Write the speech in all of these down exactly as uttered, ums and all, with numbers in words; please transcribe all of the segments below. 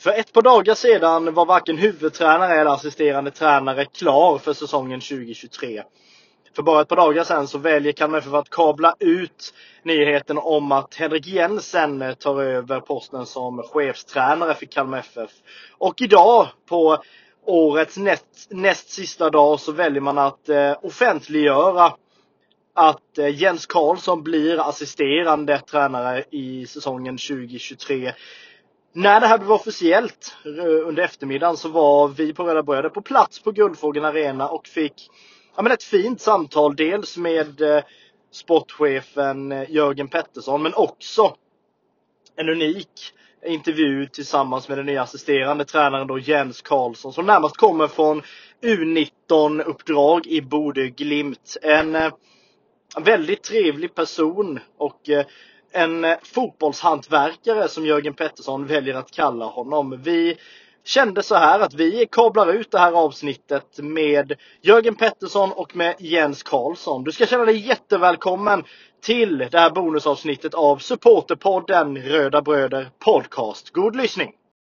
För ett par dagar sedan var varken huvudtränare eller assisterande tränare klar för säsongen tjugo tjugotre. För bara ett par dagar sedan så väljer Kalmar F F att kabla ut nyheten om att Henrik Jensen tar över posten som chefstränare för Kalmar F F. Och idag på årets näst, näst sista dag så väljer man att eh, offentliggöra att eh, Jens Karlsson blir assisterande tränare i säsongen tjugo tjugotre. När det här blev officiellt under eftermiddagen så var vi på Röda Bröder på plats på Guldfågeln Arena och fick ja, men ett fint samtal dels med eh, sportchefen eh, Jörgen Pettersson, men också en unik intervju tillsammans med den nya assisterande tränaren då Jens Karlsson som närmast kommer från U nitton-uppdrag i Bodø Glimt. En eh, väldigt trevlig person och eh, en eh, fotbollshantverkare som Jörgen Pettersson väljer att kalla honom. Vi kände så här att vi kablar ut det här avsnittet med Jörgen Pettersson och med Jens Karlsson. Du ska känna dig jättevälkommen till det här bonusavsnittet av Supporterpodden Röda Bröder Podcast. God lyssning!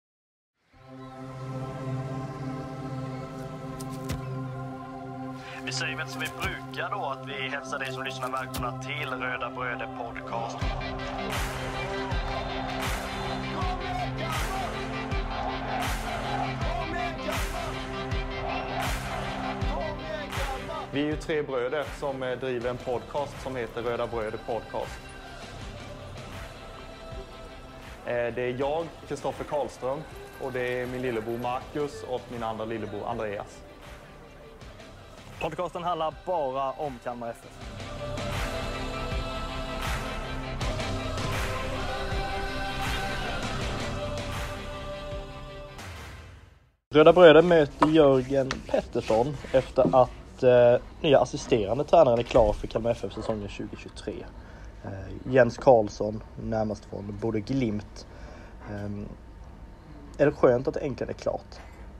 Vi säger väl som vi brukar då att vi hälsar dig som lyssnar välkomna till Röda Bröder Podcast. Vi är ju tre bröder som driver en podcast som heter Röda Bröder Podcast. Det är jag, Kristoffer Karlström, och det är min lillebror Marcus och min andra lillebror Andreas. Podcasten handlar bara om Kalmar F F. Röda Bröder möter Jörgen Pettersson efter att eh, nya assisterande tränaren är klar för Kalmar F F säsongen tjugo tjugotre. Eh, Jens Karlsson, närmast från Bodø Glimt. Eh, är det skönt att det äntligen är klart?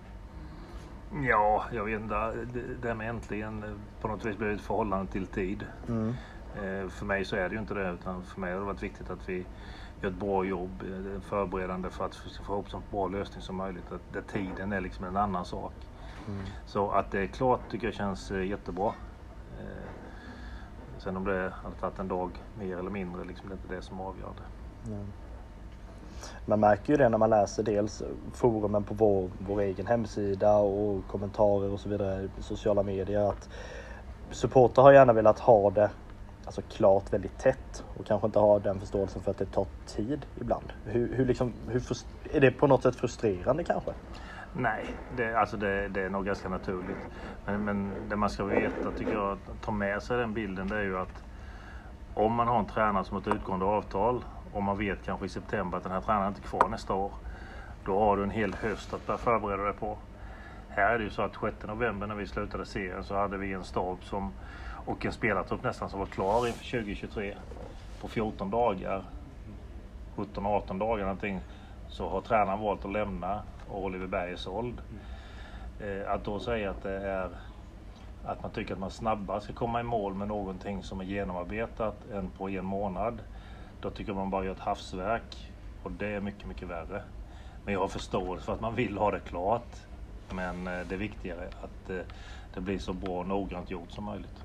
Ja, jag vet inte. Det här med äntligen på något vis blir ett förhållande till tid. Mm. Eh, för mig så är det ju inte det, utan för mig har det varit viktigt att vi gör ett bra jobb, förberedande för att få ihop så bra lösning som möjligt. Att där tiden är liksom en annan sak. Mm. Så att det är klart tycker jag känns jättebra. Eh, sen om det hade tagit en dag mer eller mindre, liksom, det är inte det som avgör det. Mm. Man märker ju det när man läser dels forumen på vår, vår egen hemsida och kommentarer och så vidare i sociala medier att supporter har gärna velat ha det alltså klart väldigt tätt och kanske inte ha den förståelsen för att det tar tid ibland. Hur, hur liksom, hur frust- är det på något sätt frustrerande kanske? Nej, det, alltså det, det är nog ganska naturligt. Men, men det man ska veta tycker jag att ta med sig den bilden, det är ju att om man har en tränare som har ett utgående avtal och man vet kanske i september att den här tränaren inte är kvar nästa år, då har du en hel höst att börja förbereda dig på. Här är det ju så att sjätte november när vi slutade serien så hade vi en stab som, och en spelartrupp nästan som var klar inför tjugo tjugotre. På fjorton dagar, sjutton arton dagar någonting, så har tränaren valt att lämna och Oliver Berg är såld. Eh, att då säga att det är att man tycker att man snabbare ska komma i mål med någonting som är genomarbetat än på en månad, då tycker man bara gör ett havsverk och det är mycket, mycket värre. Men jag har förståelse för att man vill ha det klart, men det är viktigare att det blir så bra och noggrant gjort som möjligt.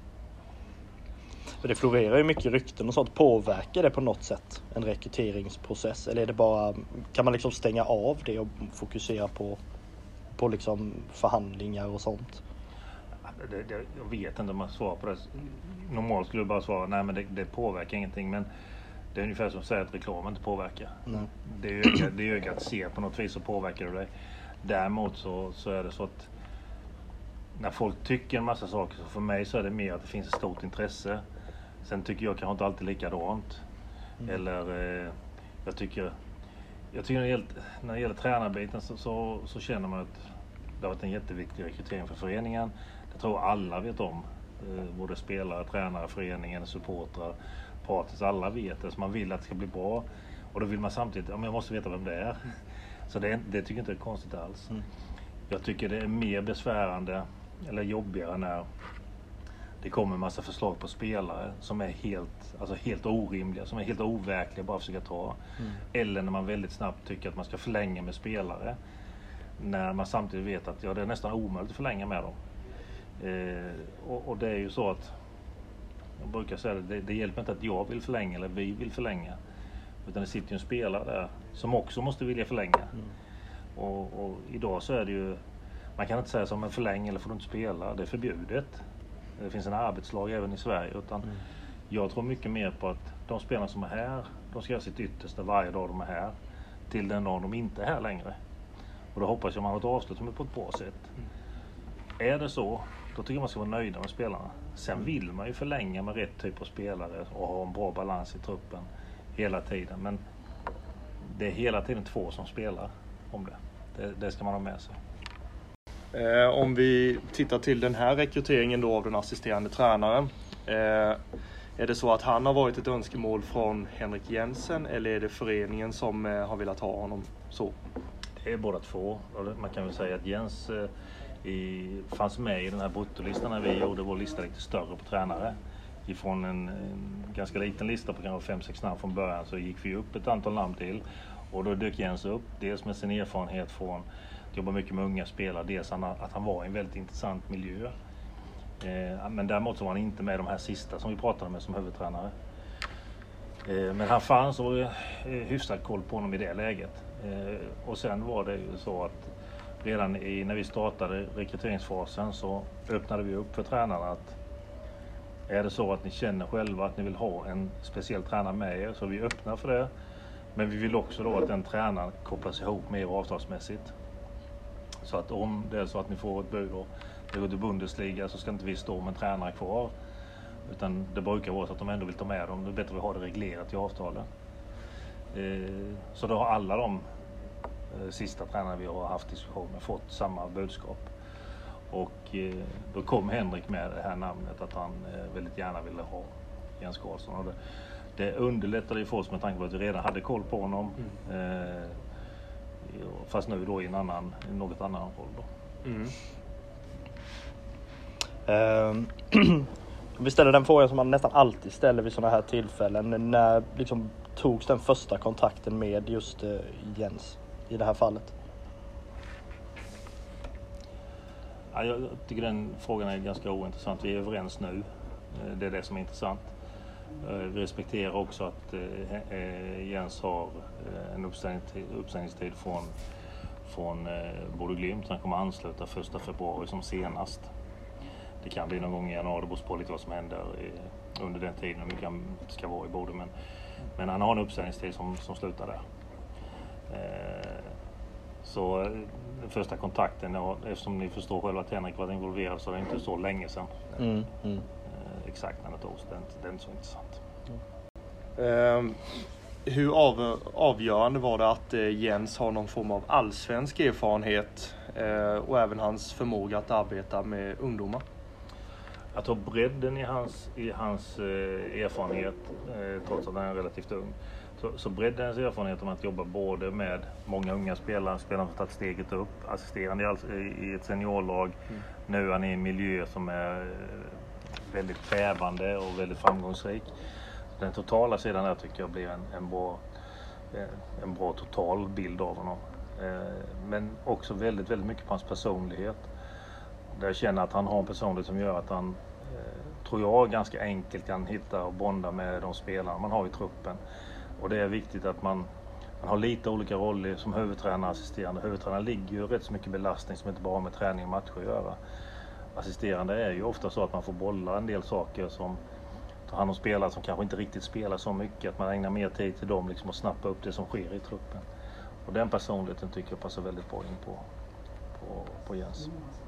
För det florerar ju mycket rykten och sånt. Påverkar det på något sätt en rekryteringsprocess? Eller är det bara, kan man liksom stänga av det och fokusera på, på liksom förhandlingar och sånt? Det, det, jag vet inte om jag svarar på det. Normalt skulle jag bara svara nej, men det, det påverkar ingenting. Men det är ungefär som att säga att reklam inte påverkar. Mm. Det är ju det är ögat att se på något vis så påverkar det dig. Däremot så, så är det så att när folk tycker en massa saker, så för mig så är det mer att det finns ett stort intresse. Sen tycker jag kanske inte alltid likadant. Mm. Eller eh, jag tycker jag tycker när det gäller, när det gäller tränarbiten så, så, så känner man att det har varit en jätteviktig rekrytering för föreningen. Det tror jag alla vet om. Eh, både spelare, tränare, föreningen, supportrar, partis, alla vet det. Så man vill att det ska bli bra. Och då vill man samtidigt, ja, men jag måste veta vem det är. Så det, det tycker jag inte är konstigt alls. Mm. Jag tycker det är mer besvärande eller jobbigare när, det kommer en massa förslag på spelare som är helt, alltså helt orimliga, som är helt overkliga bara att försöka ta. Mm. Eller när man väldigt snabbt tycker att man ska förlänga med spelare. När man samtidigt vet att ja, det är nästan omöjligt att förlänga med dem. Eh, och, och det är ju så att, jag brukar säga det, det, det hjälper inte att jag vill förlänga eller vi vill förlänga. Utan det sitter ju en spelare där som också måste vilja förlänga. Mm. Och, och idag så är det ju, man kan inte säga som en förläng eller får du inte spela, det är förbjudet. Det finns en arbetslag även i Sverige. Utan mm. jag tror mycket mer på att de spelarna som är här, de ska göra sitt yttersta varje dag de är här. Till den dag de inte är här längre. Och då hoppas jag man har ett avslut som är på ett bra sätt. Mm. Är det så, då tycker jag man ska vara nöjda med spelarna. Sen mm. vill man ju förlänga med rätt typ av spelare och ha en bra balans i truppen hela tiden. Men det är hela tiden två som spelar om det. Det, det ska man ha med sig. Eh, om vi tittar till den här rekryteringen då av den assisterande tränaren. Eh, är det så att han har varit ett önskemål från Henrik Jensen eller är det föreningen som eh, har velat ha honom så? Det är båda två. Man kan väl säga att Jens eh, i, fanns med i den här bruttolistan när vi gjorde vår lista lite större på tränare. Ifrån en, en ganska liten lista på kanske fem sex namn från början så gick vi upp ett antal namn till. Och då dök Jens upp, dels med sin erfarenhet från att jobba mycket med unga spelare, dels att han var i en väldigt intressant miljö. Eh, men däremot så var han inte med de här sista som vi pratade med som huvudtränare. Eh, men han fanns och eh, hyfsat koll på honom i det läget. Eh, och sen var det ju så att redan i, när vi startade rekryteringsfasen så öppnade vi upp för tränarna att är det så att ni känner själva att ni vill ha en speciell tränare med er så vi öppnar för det. Men vi vill också då att den tränaren kopplas ihop med er avtalsmässigt. Så att om det är så att ni får ett bud och det går till Bundesliga så ska inte vi stå med en tränare kvar. Utan det brukar vara så att de ändå vill ta med dem. Det är bättre att ha det reglerat i avtalen. Så då har alla de sista tränare vi har haft diskussioner fått samma budskap. Och då kom Henrik med det här namnet att han väldigt gärna ville ha Jens Karlsson. Och det, det underlättade ju för oss med tanke på att vi redan hade koll på honom. Mm. Eh, fast nu då i en annan, i något annan roll då. Mm. Uh, vi ställer den frågan som man nästan alltid ställer vid sådana här tillfällen. När liksom togs den första kontakten med just uh, Jens i det här fallet? Ja, jag tycker den frågan är ganska ointressant. Vi är överens nu. Det är det som är intressant. Vi respekterar också att Jens har en uppsägningstid, uppsägningstid från, från Bodø Glimt. Han kommer ansluta första februari som senast. Det kan bli någon gång i januari, det beror på lite vad som händer under den tiden, hur mycket det ska vara i Bodø. Men, men han har en uppsägningstid som, som slutar där. Så den första kontakten, eftersom ni förstår själva att Henrik var involverad så är det inte så länge sedan. Mm, mm. Exakt när det togs, det är inte, det är inte så intressant. Mm. Um, hur av, avgörande var det att uh, Jens har någon form av allsvensk erfarenhet uh, och även hans förmåga att arbeta med ungdomar? Jag tror bredden i hans, i hans uh, erfarenhet, uh, trots att han är relativt ung, så, så breddens erfarenhet om att jobba både med många unga spelare, spelare som tagit steget upp, assisterande i, i ett seniorlag, mm. nu är han i en miljö som är väldigt krävande och väldigt framgångsrik. Den totala sidan där tycker jag blir en, en, bra, en bra total bild av honom. Men också väldigt, väldigt mycket på hans personlighet. Där jag känner att han har en personlighet som gör att han, tror jag, ganska enkelt kan hitta och bonda med de spelare man har i truppen. Och det är viktigt att man, man har lite olika roller som huvudtränare, assisterande. Huvudtränare ligger ju rätt så mycket belastning som inte bara har med träning och matcher att göra. Assisterande är ju ofta så att man får bolla en del saker som tar hand om spelare som kanske inte riktigt spelar så mycket. Att man ägnar mer tid till dem liksom och snappa upp det som sker i truppen. Och den personligheten tycker jag passar väldigt bra in på, på, på Jens.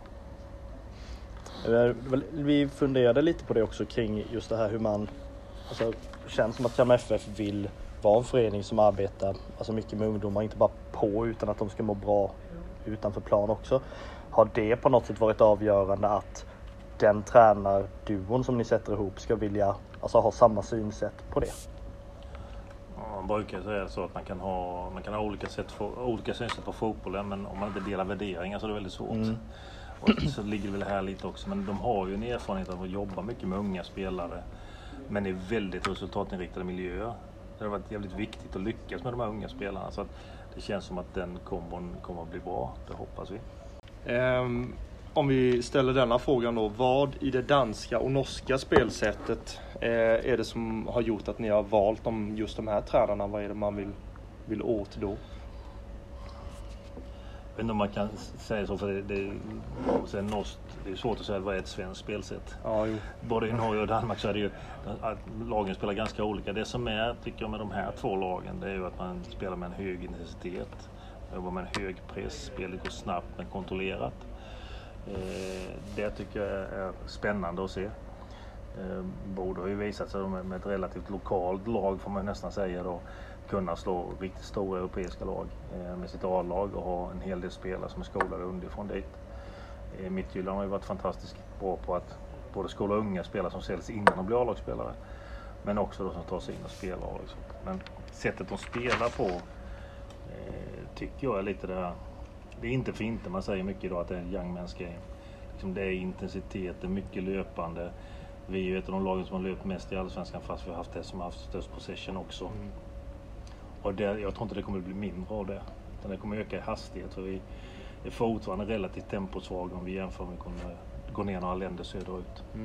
Vi funderade lite på det också kring just det här hur man, alltså det känns som att Kalmar F F vill vara en förening som arbetar alltså mycket med ungdomar, inte bara på utan att de ska må bra utanför plan också. Har det på något sätt varit avgörande att den tränarduon som ni sätter ihop ska vilja alltså ha samma synsätt på det? Ja, man brukar säga så att man kan ha, man kan ha olika, sätt för, olika synsätt på fotbollen, men om man inte delar värderingar så är det väldigt svårt. Mm. Och så ligger det väl här lite också. Men de har ju en erfarenhet av att jobba mycket med unga spelare. Men i väldigt resultatinriktade miljöer. Det har varit jävligt viktigt att lyckas med de här unga spelarna. Så att det känns som att den kombon kommer att bli bra. Det hoppas vi. Um, om vi ställer denna frågan då. Vad i det danska och norska spelsättet eh, är det som har gjort att ni har valt om just de här tränarna? Vad är det man vill, vill åt då? Jag vet inte om man kan säga så, för det, det, sen norskt, det är svårt att säga vad är ett svenskt spelsätt. Ja, jo. Både i Norge och Danmark så är det ju att lagen spelar ganska olika. Det som är, tycker jag, med de här två lagen, det är ju att man spelar med en hög intensitet. Jobbar med en hög press, spelar lite snabbt men kontrollerat. Eh, det tycker jag är spännande att se. Eh, Borde har ju visat sig med, med ett relativt lokalt lag, får man nästan säga då, kunna slå riktigt stora europeiska lag eh, med sitt A-lag och ha en hel del spelare som är skolade underifrån dit. Eh, Midtjylland har ju varit fantastiskt bra på att både skola unga spelare som säljs innan de blir A-lagsspelare, men också då som tar sig in och spelar. Liksom. Men sättet de spelar på eh, tycker jag är lite det här. Det är inte för inte man säger mycket idag att det är en young man's game. Liksom det är intensitet, det är mycket löpande. Vi är ju ett av de lagen som har löpt mest i Allsvenskan, fast vi har haft det som har haft störst possession också. Mm. Och det, jag tror inte det kommer att bli mindre av det. Utan det kommer att öka i hastighet. För vi är fortfarande relativt temposvaga om vi jämför med att gå ner några länder söderut. Mm.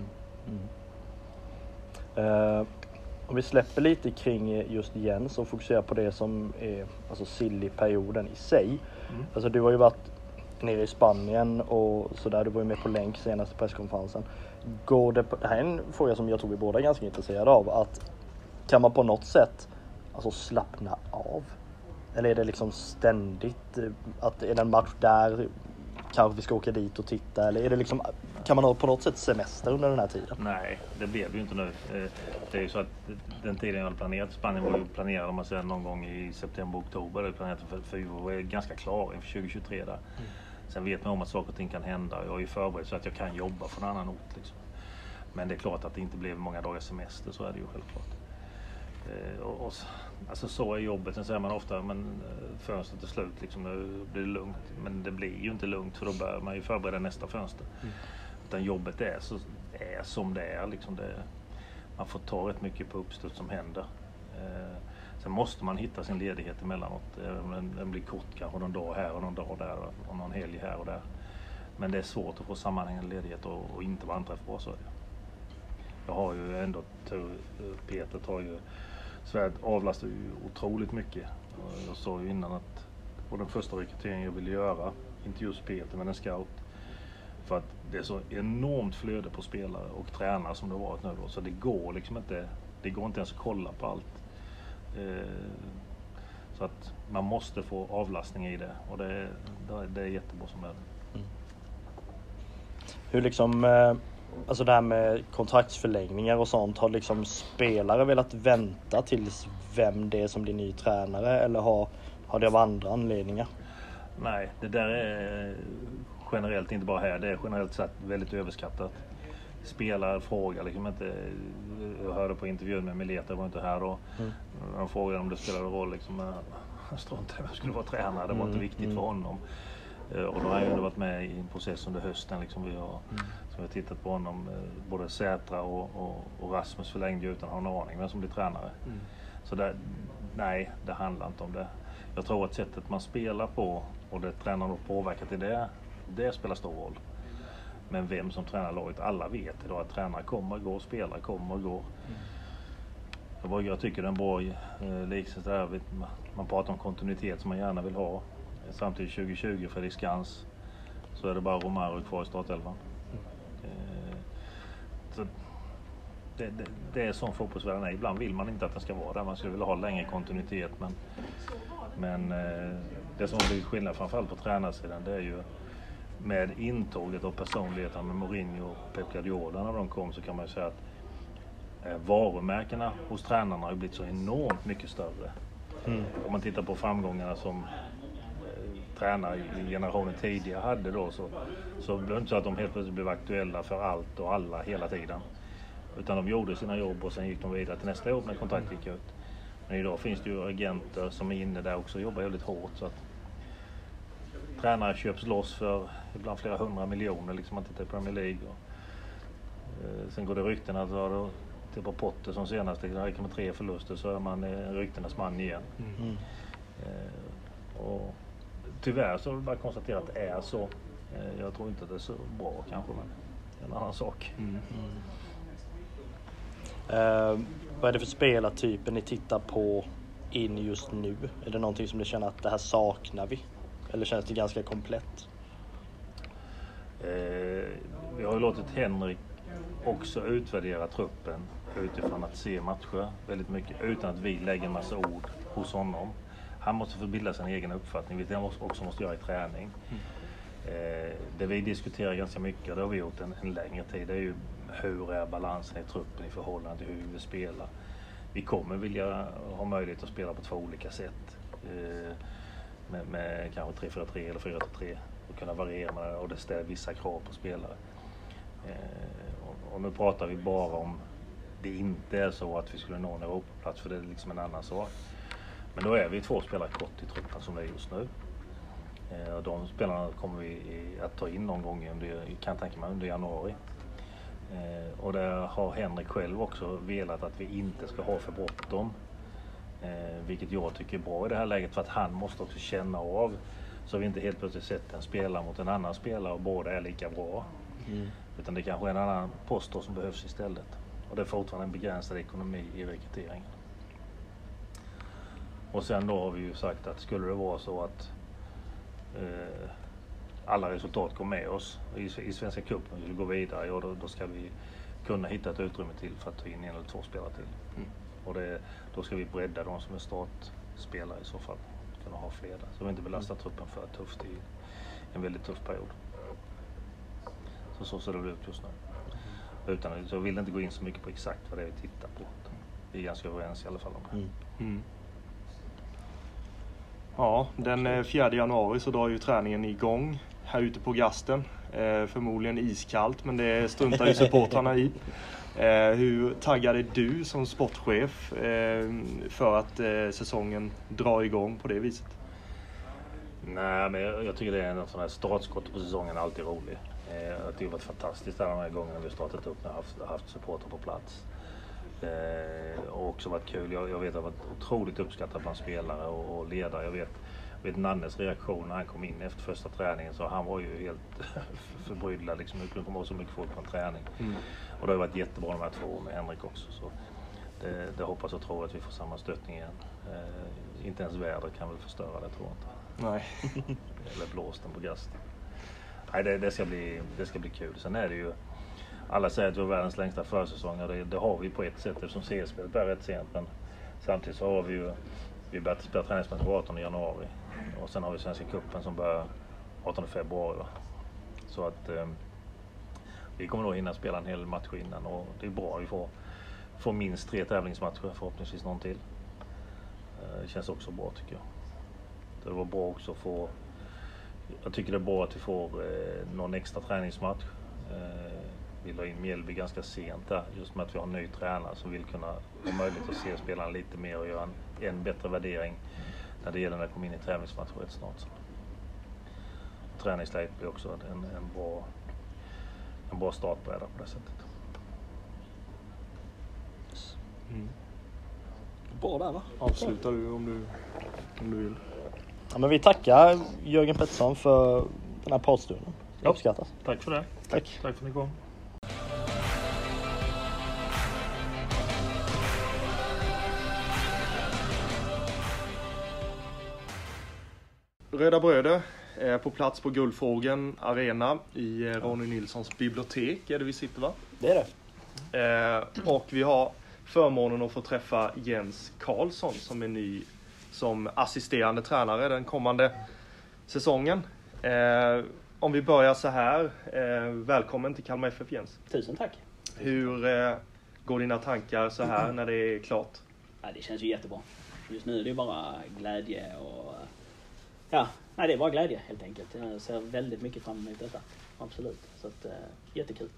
Mm. Uh, om vi släpper lite kring just Jens och fokuserar på det som är alltså silly-perioden i sig. Mm. Alltså du har ju varit nere i Spanien och sådär. Du var ju med på länk senaste presskonferensen. Går det, på, det här är en fråga som jag tror vi båda är ganska intresserade av. Att kan man på något sätt alltså slappna av? Eller är det liksom ständigt att är det en match där kanske vi ska åka dit och titta? Eller är det liksom, kan man ha på något sätt semester under den här tiden? Nej, det blev ju inte nu. Det är ju så att den tiden jag hade planerat, Spanien var ju planerad om man säger någon gång i september, oktober. Det är planerat för, för vi var ganska klara inför tjugo tjugotre där. Mm. Sen vet man om att saker och ting kan hända. Jag är ju förberedd så att jag kan jobba från en annan ort. Liksom. Men det är klart att det inte blev många dagars semester, så är det ju självklart. Eh, och, och, alltså så är jobbet. Sen säger man ofta men fönstret är slut, liksom, nu blir det lugnt. Men det blir ju inte lugnt, för då börjar man ju förbereda nästa fönster. Mm. Utan jobbet är, så, är som det är. Liksom det, man får ta rätt mycket på uppstöd som händer. Eh, sen måste man hitta sin ledighet emellanåt. Den, den blir kort kanske någon dag här och någon dag där och någon helg här och där. Men det är svårt att få sammanhängande ledighet och, och inte vara anträffbar, så är det. Jag har ju ändå tur, Peter tar ju Svärd avlastar ju otroligt mycket. Jag sa ju innan att det var den första rekryteringen jag ville göra, inte just Peter men en scout. För att det är så enormt flöde på spelare och tränare som det har varit nu då, så det går liksom inte, det går inte ens att kolla på allt. Eh, så att man måste få avlastning i det, och det, det är jättebra som det är. Mm. Hur liksom, eh, alltså det här med kontraktsförlängningar och sånt, har liksom spelare velat vänta tills vem det är som blir ny tränare, eller har, har det av andra anledningar? Nej, det där är generellt, inte bara här, det är generellt sett väldigt överskattat. Spelare frågar liksom inte, jag hörde på intervjun med Mileta, var inte här då, mm. de frågade om det spelade roll liksom, jag struntade vem skulle vara tränare, det var mm. inte viktigt mm. för honom. Och då har jag ju varit med i en process under hösten liksom, vi har, mm. som vi har tittat på honom, både Sätra och, och, och Rasmus förlängde utan att ha en aning vem som blir tränare. Mm. Så det, nej, det handlar inte om det. Jag tror att sättet man spelar på och det tränaren har påverkat i det, det spelar stor roll. Men vem som tränar laget, alla vet idag att tränare kommer och går, spelare kommer och går. Mm. Jag tycker det är en bra eh, likhet där. Man pratar om kontinuitet som man gärna vill ha. Samtidigt tjugo tjugo för Skans så är det bara Romero kvar i startelvan. Mm. Eh, så det, det, det är som fotbollsvärlden är. Ibland vill man inte att den ska vara där. Man skulle vilja ha längre kontinuitet. Men, men eh, det som blir skillnad framförallt på tränarsidan, det är ju med intåget av personligheten med Mourinho och Pep Guardiola när de kom, så kan man ju säga att eh, varumärkena hos tränarna har blivit så enormt mycket större. Mm. Om man tittar på framgångarna som eh, tränare i generationen tidigare hade då, så, så blev det inte så att de helt plötsligt blev aktuella för allt och alla hela tiden. Utan de gjorde sina jobb och sen gick de vidare till nästa jobb när kontakt gick ut. Men idag finns det ju agenter som är inne där också och jobbar väldigt hårt. Så att tränare köps loss för ibland flera hundra miljoner liksom man tittar i Premier League. Och, eh, sen går det rykten att då, typ på Potter som senast, det räcker med tre förluster så är man eh, ryktenas man igen. Mm. Eh, och tyvärr så är det bara att konstatera att det är så. Eh, jag tror inte att det är så bra kanske, men det är en annan sak. Mm. Mm. Uh, vad är det för spelartyper ni tittar på in just nu? Är det någonting som ni känner att det här saknar vi? Eller känns det ganska komplett? Eh, vi har ju låtit Henrik också utvärdera truppen utifrån att se matcher väldigt mycket utan att vi lägger en massa ord hos honom. Han måste få bilda sin egen uppfattning, vilket han också måste göra i träning. Mm. Eh, det vi diskuterar ganska mycket, det har vi gjort en, en längre tid, det är ju hur är balansen i truppen i förhållande till hur vi spelar. Vi kommer vilja ha möjlighet att spela på två olika sätt. Eh, med, med kanske tre fyra tre eller fyra tre och kunna variera med det, och det ställer vissa krav på spelare. Eh, och, och nu pratar vi bara om det inte är så att vi skulle nå en Europaplats, för det är liksom en annan sak. Men då är vi två spelare kort i truppen som det är just nu. Eh, och de spelarna kommer vi att ta in någon gång under, kan tänka mig under januari. Eh, och där har Henrik själv också velat att vi inte ska ha för bråttom. Eh, vilket jag tycker är bra i det här läget, för att han måste också känna av, så vi inte helt plötsligt sätter en spelare mot en annan spelare och båda är lika bra. Mm. Utan det kanske är en annan post som behövs istället. Och det är fortfarande en begränsad ekonomi i rekryteringen. Och sen då har vi ju sagt att skulle det vara så att eh, alla resultat går med oss i, i Svenska cupen, vi går vidare, och då, då ska vi kunna hitta ett utrymme till för att ta in en eller två spelare till. Mm. Och det, då ska vi bredda de som är startspelare i så fall, kunna ha fler där. Så vi inte belastar truppen för tufft i en väldigt tuff period. Så så ser det ut just nu. Mm. Utan, så jag vill inte gå in så mycket på exakt vad det är vi tittar på. Vi är ganska överens i alla fall om det. Mm. Mm. Ja, den fjärde januari så drar ju träningen igång här ute på Gasten. Eh, förmodligen iskallt, men det struntar ju supportrarna i. Eh, hur taggad är du som sportchef eh, för att eh, säsongen drar igång på det viset? Nej, men jag, jag tycker det är en sån här startskott på säsongen, alltid rolig. Eh, det har varit fantastiskt alla de här gångerna vi startat upp när vi haft, haft supportrar på plats. Eh, och också varit kul. Jag, jag vet att det har varit otroligt uppskattat bland spelare och, och ledare. Jag vet, jag vet Nannes reaktion när han kom in efter första träningen, så han var ju helt förbryllad. Liksom, det kunde komma så mycket folk på en träning. Mm. Och det har varit jättebra de här två med Henrik också. Så det, det hoppas och tror att vi får samma stöttning igen. Eh, inte ens väder kan väl förstöra det, tror jag inte. Nej. Eller blåsten på Gasten. Nej, det, det, ska bli, det ska bli kul. Sen är det ju, alla säger att vi har världens längsta försäsong, och det, det har vi på ett sätt eftersom C S-spelet är rätt sent, men samtidigt så har vi ju vi börjat spela träningsmatch på artonde januari, och sen har vi Svenska cupen som börjar artonde februari. Så att eh, vi kommer nog hinna spela en hel match innan, och det är bra, vi får, får minst tre tävlingsmatcher, förhoppningsvis någon till. Eh, det känns också bra, tycker jag. Det var bra också att få, jag tycker det är bra att vi får eh, någon extra träningsmatch. Eh, vi la in Mjällby ganska sent där, just med att vi har en ny tränare som vill kunna ha möjlighet att se spelarna lite mer och göra en, en bättre värdering när det gäller när det kommer in i tävlingsmatcher rätt snart. Så. Träningsläget blir också en, en, bra, en bra startbräda på det sättet. Mm. Bra där, va? Avslutar du om du, om du vill. Ja, men vi tackar Jörgen Pettersson för den här poddstunden. Ja, uppskattas. Tack för det. Tack. Tack för att ni kom. Röda Bröder är på plats på Guldfågeln Arena i Ronny Nilssons bibliotek är det vi sitter, va? Det är det. Eh, och vi har förmånen att få träffa Jens Karlsson som är ny som assisterande tränare den kommande säsongen. Eh, om vi börjar så här, eh, välkommen till Kalmar F F, Jens. Tusen tack. Hur eh, går dina tankar så här när det är klart? Ja, det känns ju jättebra. Just nu är det bara glädje och ja, nej, det är bara glädje helt enkelt. Jag ser väldigt mycket fram emot detta. Absolut. Så att, eh, jättekul.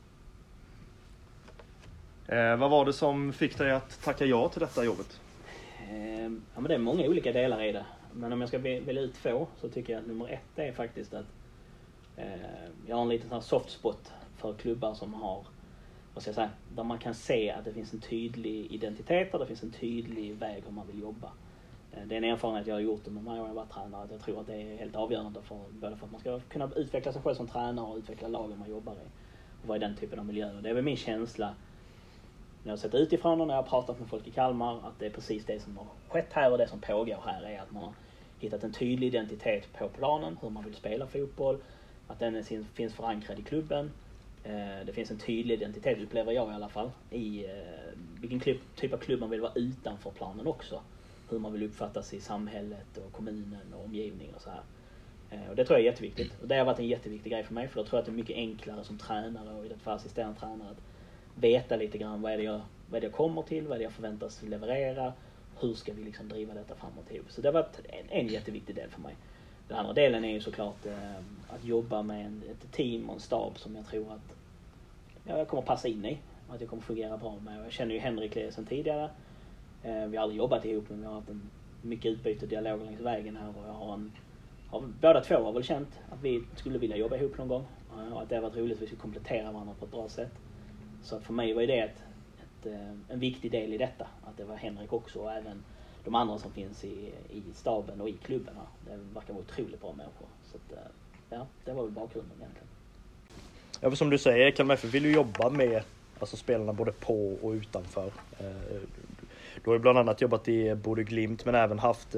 Eh, vad var det som fick dig att tacka ja till detta jobbet? Eh, ja, men det är många olika delar i det. Men om jag ska välja ut två så tycker jag att nummer ett är faktiskt att eh, jag har en liten sån här soft spot för klubbar som har, vad ska jag säga, där man kan se att det finns en tydlig identitet och det finns en tydlig väg hur man vill jobba. Eh, det är en erfarenhet jag har gjort under de här åren jag varit tränare, att jag tror att det är helt avgörande för, både för att man ska kunna utveckla sig själv som tränare och utveckla lagen man jobbar i. Och vad är den typen av miljö? Och det är väl min känsla när jag har sett utifrån och när jag har pratat med folk i Kalmar att det är precis det som har skett här och det som pågår här är att man har hittat en tydlig identitet på planen, hur man vill spela fotboll, att den finns förankrad i klubben. Det finns en tydlig identitet, upplever jag i alla fall, i vilken typ av klubb man vill vara utanför planen också. Hur man vill uppfattas i samhället och kommunen och omgivningen och så här. Och det tror jag är jätteviktigt. Och det har varit en jätteviktig grej för mig, för då tror jag att det är mycket enklare som tränare och i det fall assisterande tränare att veta lite grann vad är det jag, vad är det jag kommer till, vad är det jag förväntas leverera, hur ska vi liksom driva detta framåt ihop. Så det har varit en, en jätteviktig del för mig. Den andra delen är ju såklart eh, att jobba med en, ett team och en stab som jag tror att ja, jag kommer passa in i. Att jag kommer fungera bra med. Jag känner ju Henrik sedan tidigare. Eh, vi har aldrig jobbat ihop, men vi har haft en mycket utbyte och dialog längs vägen här. Och jag har en, har, båda två har väl känt att vi skulle vilja jobba ihop någon gång. Eh, och att det har varit roligt att vi skulle komplettera varandra på ett bra sätt. Så för mig var det ett, ett, en viktig del i detta. Att det var Henrik också och även de andra som finns i, i staben och i klubben. Det verkar vara otroligt bra människor. Så att, ja, det var väl bakgrunden egentligen. Ja, för som du säger, Kalmar F F vill ju jobba med alltså, spelarna både på och utanför. Du har ju bland annat jobbat i Bodø Glimt men även haft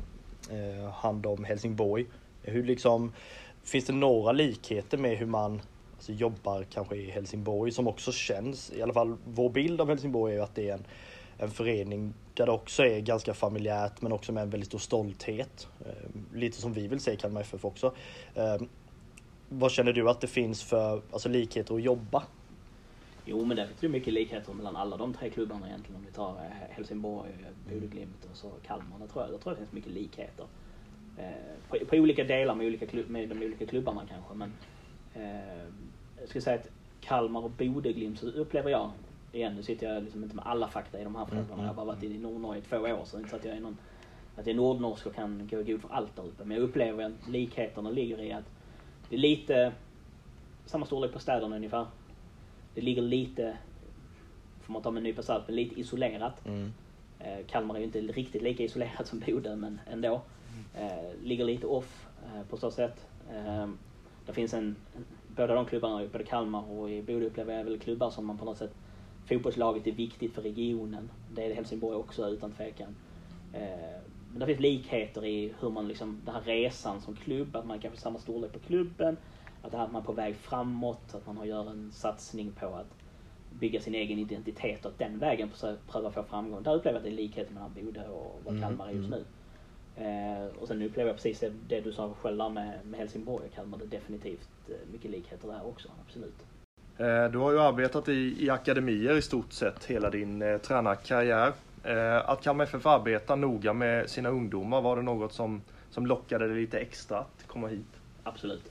eh, hand om Helsingborg. Hur liksom, finns det några likheter med hur man alltså, jobbar kanske i Helsingborg som också känns, i alla fall vår bild av Helsingborg är ju att det är en, en förening där det också är ganska familjärt men också med en väldigt stor stolthet. Eh, lite som vi vill se Kalmar F F också. Eh, vad känner du att det finns för alltså, likheter att jobba? Jo, men det finns ju mycket likheter mellan alla de tre klubbarna egentligen. Om vi tar Helsingborg, Bodø Glimt och så Kalmar. Det tror jag, jag tror det finns mycket likheter. Eh, på, på olika delar med, olika klubb, med de olika klubbarna kanske. Men eh, jag skulle säga att Kalmar och Bodø Glimt så upplever jag, igen nu sitter jag liksom inte med alla fakta i de här frågorna. Jag har bara varit i Nordnorge i två år så inte så att jag är någon, att jag är nordnorsk och kan gå god för allt där uppe. Men jag upplever att likheterna ligger i att det är lite samma storlek på städerna ungefär. Det ligger lite, får man ta med en nypa salt, men lite isolerat. Mm. Eh, Kalmar är ju inte riktigt lika isolerat som Bodø, men ändå. Eh, ligger lite off eh, på så sätt. Eh, det finns en, båda de klubbarna, både Kalmar och i Bodø upplever jag väl klubbar som man på något sätt, fotbollslaget är viktigt för regionen. Det är Helsingborg också utan tvekan. Eh, men det finns likheter i hur man liksom, den här resan som klubb, att man kanske samma storlek på klubben. Att man är på väg framåt, att man har gör en satsning på att bygga sin egen identitet och att den vägen pröva få framgång. Där upplever jag att det är likheter mellan Bodø och vad Kalmar är just nu. Eh, och sen upplever jag precis det, det du sa själv med, med Helsingborg och Kalmar. Det är definitivt mycket likheter där också, absolut. Eh, du har ju arbetat i, i akademier i stort sett hela din eh, tränarkarriär. Eh, att Kalmar F F arbetar noga med sina ungdomar, var det något som, som lockade dig lite extra att komma hit? Absolut.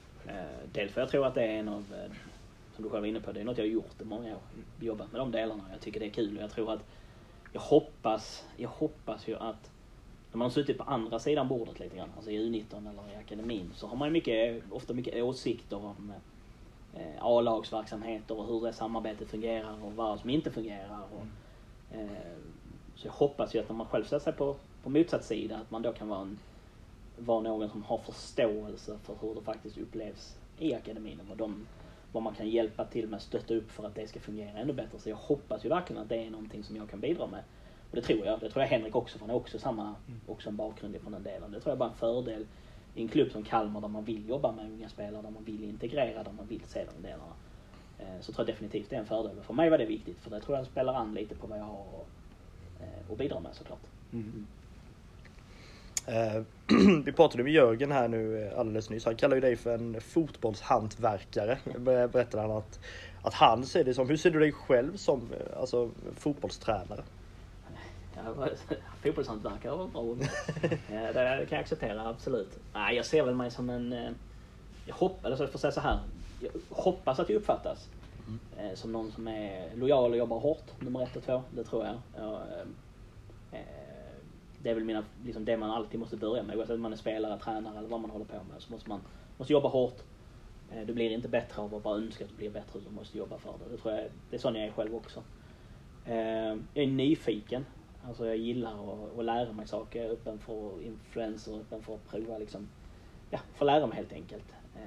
Dels för jag tror att det är en av, som du själv var inne på, det är något jag har gjort i många år, jobbat med de delarna. Jag tycker det är kul och jag tror att jag hoppas, jag hoppas ju att när man har suttit på andra sidan bordet lite grann, alltså i U nitton eller i akademin, så har man ju mycket, ofta mycket åsikter om eh, A-lagsverksamheter och hur det samarbetet fungerar och vad som inte fungerar. Och, eh, så jag hoppas ju att när man själv sätter sig på, på motsatt sida, att man då kan vara en vara någon som har förståelse för hur det faktiskt upplevs i akademin och vad, de, vad man kan hjälpa till med att stötta upp för att det ska fungera ännu bättre. Så jag hoppas ju verkligen att det är någonting som jag kan bidra med. Och det tror jag. Det tror jag Henrik också, för han har också samma också en bakgrund från den delen. Det tror jag bara en fördel i en klubb som Kalmar där man vill jobba med unga spelare, där man vill integrera, där man vill se de delarna. Så tror jag definitivt det är en fördel. För mig var det viktigt, för det tror jag spelar an lite på vad jag har att bidra med såklart. Mm. Eh, vi pratade med Jörgen här nu alldeles nyss. Han kallar ju dig för en fotbollshantverkare. Berättade han att, att han ser det som. Hur ser du dig själv som alltså, fotbollstränare? Ja, fotbollshantverkare var bra. Ja, det kan jag acceptera, absolut. Nej, jag ser väl mig som en... Jag hoppas, alltså jag får säga så här. Jag hoppas att jag uppfattas mm. som någon som är lojal och jobbar hårt. Nummer ett och två, det tror jag. jag det är väl mina, liksom det man alltid måste börja med. Oavsett om man är spelare, tränare eller vad man håller på med. Så måste man måste jobba hårt. Du blir inte bättre av att bara önska att du blir bättre. Du måste jobba för det. Det tror jag, det är sån jag är själv också. Jag är nyfiken. Alltså jag gillar att, att lära mig saker. Jag är öppen för influenser, öppen för att prova liksom. Ja, för att lära mig helt enkelt.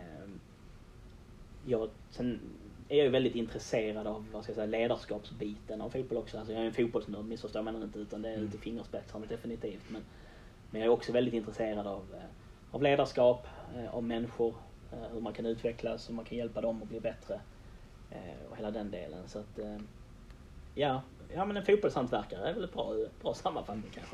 Jag, sen är jag ju väldigt intresserad av, vad ska jag säga, ledarskapsbiten av fotboll också. Alltså jag är en fotbollsnörd, missförstår man inte, utan det är lite fingerspetsarna definitivt. Men, men jag är också väldigt intresserad av, av ledarskap, av människor, hur man kan utvecklas, hur man kan hjälpa dem att bli bättre och hela den delen. Så att, ja, ja men en fotbollshantverkare är väl ett bra, bra sammanfattning kanske.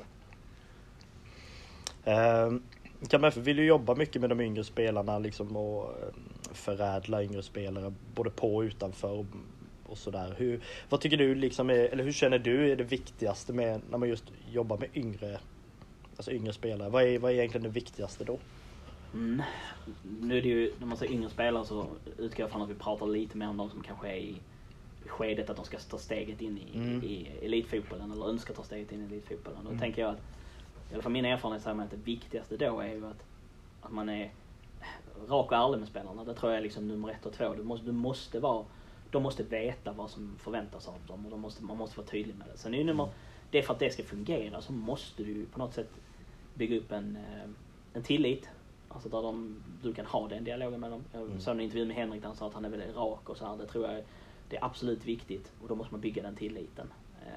Um. K M F vill ju jobba mycket med de yngre spelarna liksom, och förädla yngre spelare både på och utanför och, och sådär. Hur, vad tycker du liksom är, eller hur känner du är det viktigaste med när man just jobbar med yngre, alltså yngre spelare? Vad är, vad är egentligen det viktigaste då? Mm. Nu är det ju, när man säger yngre spelare så utgår jag från att vi pratar lite mer om de som kanske är i skedet att de ska ta steget in i, mm. i elitfotbollen eller önskar ta steget in i elitfotbollen. Då mm. tänker jag att i alla fall min erfarenhet säger att det viktigaste då är ju att, att man är rak och ärlig med spelarna. Det tror jag är liksom nummer ett och två. Du måste, du måste vara, de måste veta vad som förväntas av dem och de måste, man måste vara tydlig med det. Sen är ju nummer, det är för att det ska fungera så måste du på något sätt bygga upp en, en tillit. Alltså där de, du kan ha den dialogen med dem. Jag såg en intervju med Henrik där han sa att han är väldigt rak och så här. Det tror jag det är absolut viktigt och då måste man bygga den tilliten.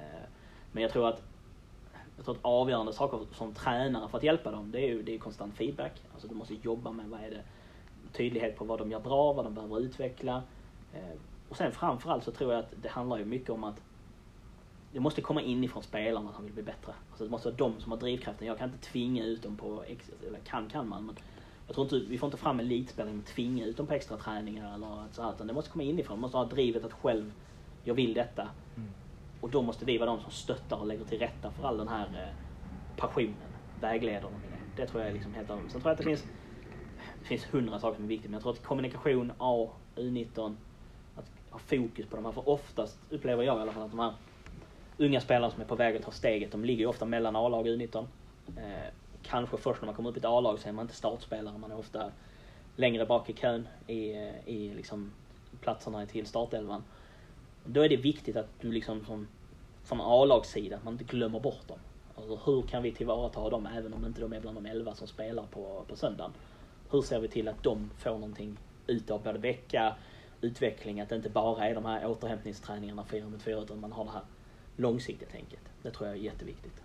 Men jag tror att Jag tror att avgörande saker som tränare för att hjälpa dem, det är ju det är konstant feedback. Alltså du måste jobba med vad är det, tydlighet på vad de gör bra, vad de behöver utveckla. Eh, och sen framförallt så tror jag att det handlar ju mycket om att det måste komma in ifrån spelarna att han vill bli bättre. Alltså det måste vara de som har drivkraften. Jag kan inte tvinga ut dem på, eller kan kan man, men jag tror inte, vi får inte fram elitspelare och tvinga ut dem på extra träningar eller så här, utan det måste komma inifrån. Man måste ha drivet att själv, jag vill detta. Mm. Och då måste vi vara de som stöttar och lägger till rätta för all den här eh, passionen, vägleder dem i det. Det tror jag är liksom helt annorlunda. Sen tror jag att det finns det finns hundra saker som är viktigt, men jag tror att kommunikation, A, U nitton, att ha fokus på de här, för oftast upplever jag i alla fall att de här unga spelarna som är på väg att ta steget, de ligger ju ofta mellan A-lag och U nitton. Eh, kanske först när man kommer upp i ett A-lag så är man inte startspelare, man är ofta längre bak i kön i, i liksom platserna till startelvan. Då är det viktigt att du liksom som, från A-lagssida, att man inte glömmer bort dem. Alltså hur kan vi tillvarata dem även om inte de är bland de elva som spelar på, på söndagen? Hur ser vi till att de får någonting ut av både vecka, utveckling, att det inte bara är de här återhämtningsträningarna fyra mot fyra utan man har det här långsiktiga tänket. Det tror jag är jätteviktigt.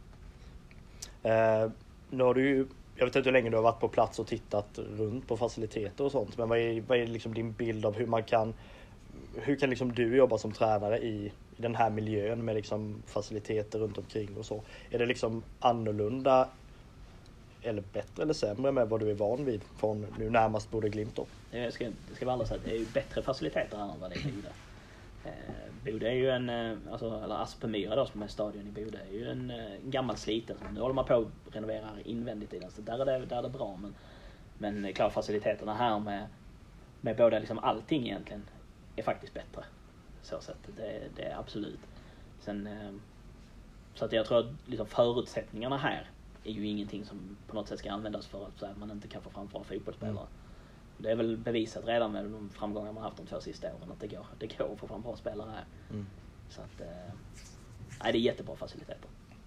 Eh, nu har du ju, jag vet inte hur länge du har varit på plats och tittat runt på faciliteter och sånt, men vad är, vad är liksom din bild av hur man kan hur kan liksom du jobba som tränare i, i den här miljön med liksom faciliteter runt omkring och så? Är det liksom annorlunda eller bättre eller sämre med vad du är van vid från nu närmast Bode Glimt då? Jag ska, det ska vara alla säga att det är ju bättre faciliteter än vad det är i Bode. Eh, Bode är ju en, alltså, eller Aspemyra då som är stadion i Bode är ju en, en gammal sliten. Nu håller man på att renovera invändigt i den, så där är det, där är det bra. Men, men klart faciliteterna här med, med både liksom allting egentligen är faktiskt bättre. Så sätt. Det, det är absolut. Sen, så att jag tror att liksom förutsättningarna här är ju ingenting som på något sätt ska användas för att, så att man inte kan få fram bra fotbollsspelare. Mm. Det är väl bevisat redan med de framgångar man haft de två sista åren att det går, det går att få fram bra spelare här. Mm. Så att, eh, nej, det är jättebra faciliteter.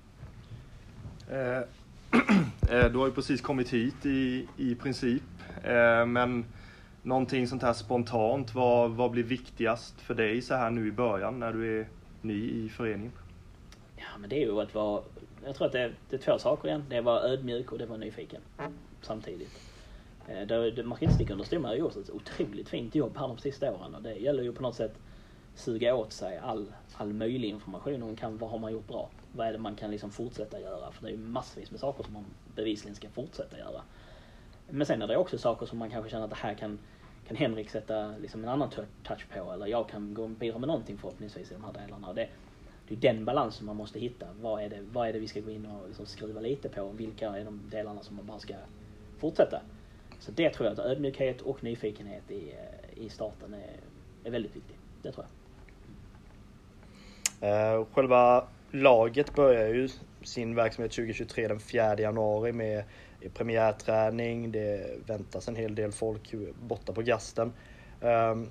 Eh, du har ju precis kommit hit i, i princip. Eh, men någonting sånt här spontant, vad, vad blir viktigast för dig så här nu i början när du är ny i föreningen? Ja, men det är ju att vara, jag tror att det är, det är två saker igen. Det var ödmjuk och det var nyfiken samtidigt. Eh, det, det, man kan inte sticka under stol med att jag har gjort ett otroligt fint jobb här de sista åren och det gäller ju på något sätt suga åt sig all, all möjlig information om kan, vad har man gjort bra. Vad är det man kan liksom fortsätta göra, för det är ju massvis med saker som man bevisligen ska fortsätta göra. Men sen är det också saker som man kanske känner att det här kan kan Henrik sätta liksom en annan touch på, eller jag kan gå och bidra med någonting förhoppningsvis i de här delarna. Och det, det är den balansen man måste hitta. Vad är det, vad är det vi ska gå in och liksom skriva lite på? Vilka är de delarna som man bara ska fortsätta? Så det tror jag att ödmjukhet och nyfikenhet i, i starten är, är väldigt viktigt. Det tror jag. Uh, själva laget börjar ju sin verksamhet tjugo tjugotre den fjärde januari med premiärträning. Det väntas en hel del folk borta på gasten. Um,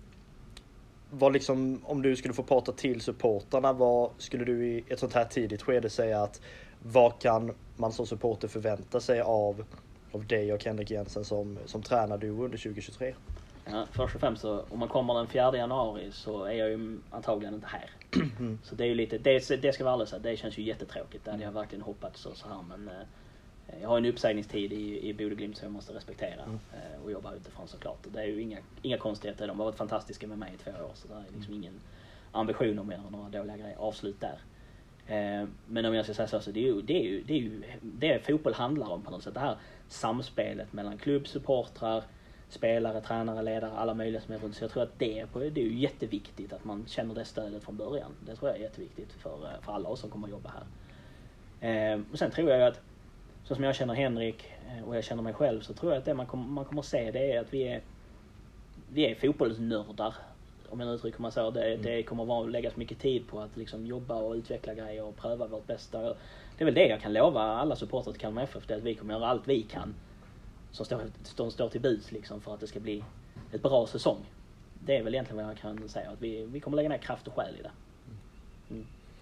vad liksom, om du skulle få prata till supportarna, vad skulle du i ett sånt här tidigt skede säga att vad kan man som supporter förvänta sig av, av dig och Henrik Jensen som, som tränarduo under tjugo tjugotre? Ja, först och främst så, om man kommer den fjärde januari så är jag ju antagligen inte här. Mm. Så det är ju lite, det, det ska vara alldeles så, det känns ju jättetråkigt. Det hade jag verkligen hoppats så, så här, men eh, jag har en uppsägningstid i, i Bodø/Glimt som jag måste respektera mm. eh, och jobba utifrån såklart. Det är ju inga, inga konstigheter, de har varit fantastiska med mig i två år så det är liksom ingen ambition om att göra några dåliga grejer, avslut där. Eh, men om jag ska säga så, så det är ju det, är ju, det, är ju, det är fotboll handlar om på något sätt. Det här samspelet mellan klubbsupportrar, spelare, tränare, ledare, alla möjliga som är runt. Så jag tror att det är, på, det är ju jätteviktigt att man känner det stödet från början. Det tror jag är jätteviktigt för, för alla oss som kommer att jobba här. Eh, och sen tror jag att, så som jag känner Henrik och jag känner mig själv, så tror jag att det man kommer, man kommer att se det är att vi är, vi är fotbollsnördar. Om jag uttrycker mig så. Det, mm. det kommer att vara, läggas mycket tid på att liksom jobba och utveckla grejer och pröva vårt bästa. Det är väl det jag kan lova alla supportrar till Kalmar F F. Det är att vi kommer att göra allt vi kan som står, som står till buds liksom, för att det ska bli ett bra säsong. Det är väl egentligen vad jag kan säga. Att vi, vi kommer lägga ner kraft och själ i det. Mm.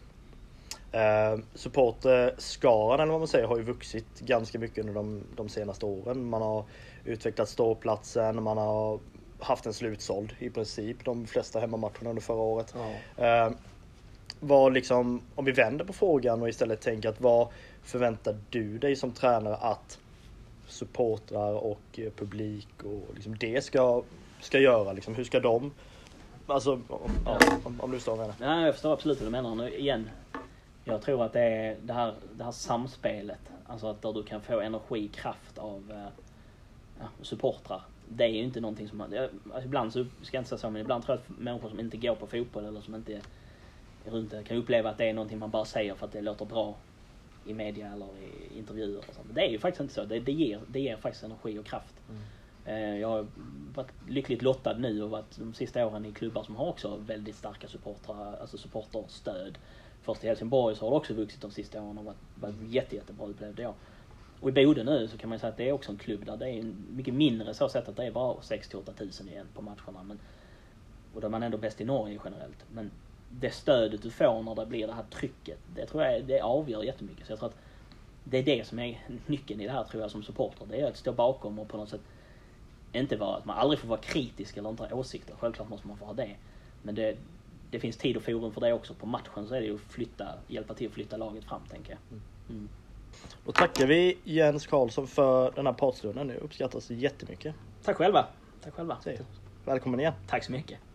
Uh, supporterskaran eller vad man säger har ju vuxit ganska mycket under de, de senaste åren. Man har utvecklat ståplatsen, man har haft en slutsåld i princip de flesta hemmamatcherna under förra året. Ja. Uh, vad liksom, om vi vänder på frågan och istället tänker att vad förväntar du dig som tränare att supportrar och publik och liksom det ska, ska göra? Liksom, hur ska de, alltså ja, om, om du förstår vad jag menar. Ja, jag förstår absolut vad du menar. Nu igen, jag tror att det är det här, det här samspelet, alltså att där du kan få energi, kraft av ja, supportrar. Det är ju inte någonting som man, alltså ibland så ska jag inte säga så, men ibland tror jag att människor som inte går på fotboll eller som inte är runt det kan uppleva att det är någonting man bara säger för att det låter bra i media eller i intervjuer och sånt. Det är ju faktiskt inte så. Det, det, ger, det ger faktiskt energi och kraft. Mm. Jag har varit lyckligt lottad nu och varit de sista åren i klubbar som har också väldigt starka supportrar, alltså supporterstöd. Först i Helsingborg så har det också vuxit de sista åren och varit, varit jätte, jättebra upplevde jag. Och i Bodø nu så kan man säga att det är också en klubb där det är mycket mindre så sätt att det är bara sex till åtta tusen igen på matcherna. Men, och då är man ändå bäst i Norge generellt. Men det stödet du får när det blir det här trycket, det tror jag det avgör jättemycket. Så jag tror att det är det som är nyckeln i det här, tror jag, som supporter. Det är att stå bakom och på något sätt inte vara, att man aldrig får vara kritisk eller inte ha åsikter. Självklart måste man få ha det. Men det, det finns tid och forum för det också. På matchen så är det ju att flytta, hjälpa till att flytta laget fram, tänker jag. Mm. Och tackar vi Jens Karlsson för den här pratstunden. Det uppskattas jättemycket. Tack själva. Tack själva. Välkommen igen. Tack så mycket.